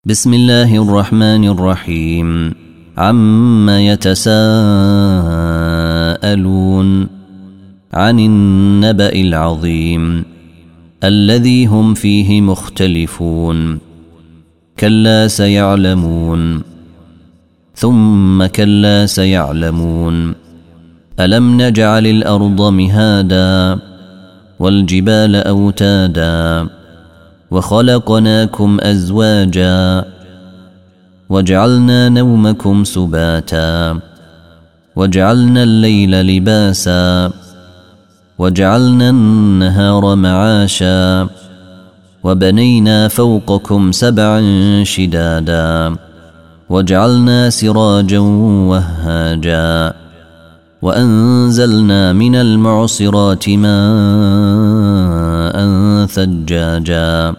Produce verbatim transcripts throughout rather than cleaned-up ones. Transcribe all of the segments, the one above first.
بسم الله الرحمن الرحيم. عما يتساءلون عن النبأ العظيم الذي هم فيه مختلفون. كلا سيعلمون ثم كلا سيعلمون. ألم نجعل الأرض مهادا والجبال أوتادا وخلقناكم أزواجا وجعلنا نومكم سباتا وجعلنا الليل لباسا وجعلنا النهار معاشا وبنينا فوقكم سبعا شدادا وجعلنا سراجا وهاجا وأنزلنا من المعصرات ماء ثجاجا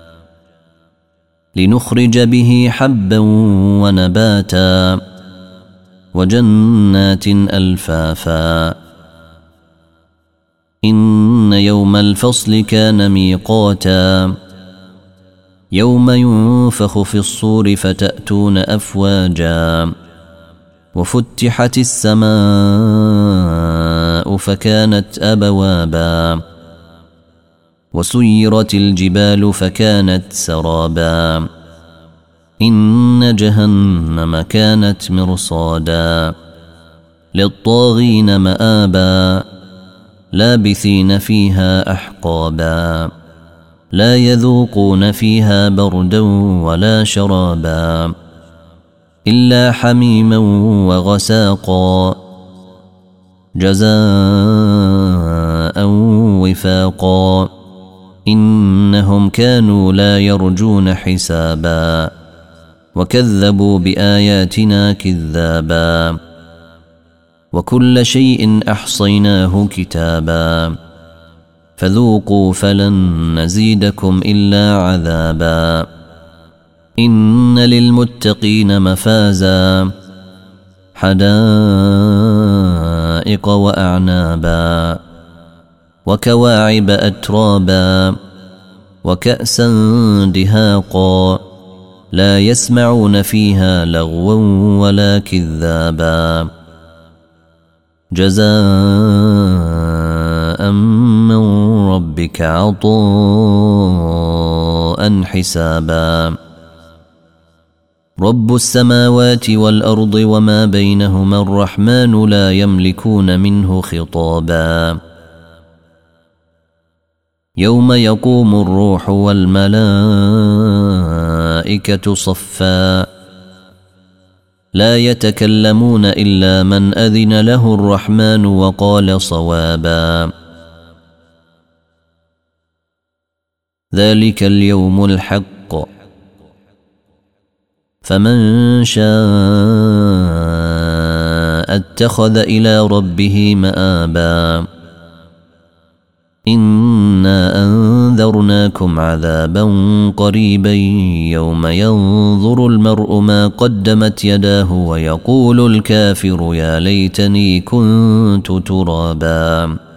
لنخرج به حبا ونباتا وجنات ألفافا. إن يوم الفصل كان ميقاتا يوم ينفخ في الصور فتأتون أفواجا وفتحت السماء فكانت أبوابا وسيرت الجبال فكانت سرابا. إن جهنم كانت مرصادا للطاغين مآبا لابثين فيها أحقابا لا يذوقون فيها بردا ولا شرابا إلا حميما وغساقا جزاء وفاقا. إنهم كانوا لا يرجون حسابا وكذبوا بآياتنا كذابا وكل شيء أحصيناه كتابا فذوقوا فلن نزيدكم إلا عذابا. إن للمتقين مفازا حدائق وأعنابا وكواعب أترابا وكأسا دهاقا لا يسمعون فيها لغوا ولا كذابا جزاء من ربك عطاء حسابا. رب السماوات والأرض وما بينهما الرحمن لا يملكون منه خطابا. يوم يقوم الروح والملائكة صفا لا يتكلمون إلا من أذن له الرحمن وقال صوابا. ذلك اليوم الحق فمن شاء اتخذ إلى ربه مآبا. إنا أنذرناكم عذابا قريبا يوم ينظر المرء ما قدمت يداه ويقول الكافر يا ليتني كنت ترابا.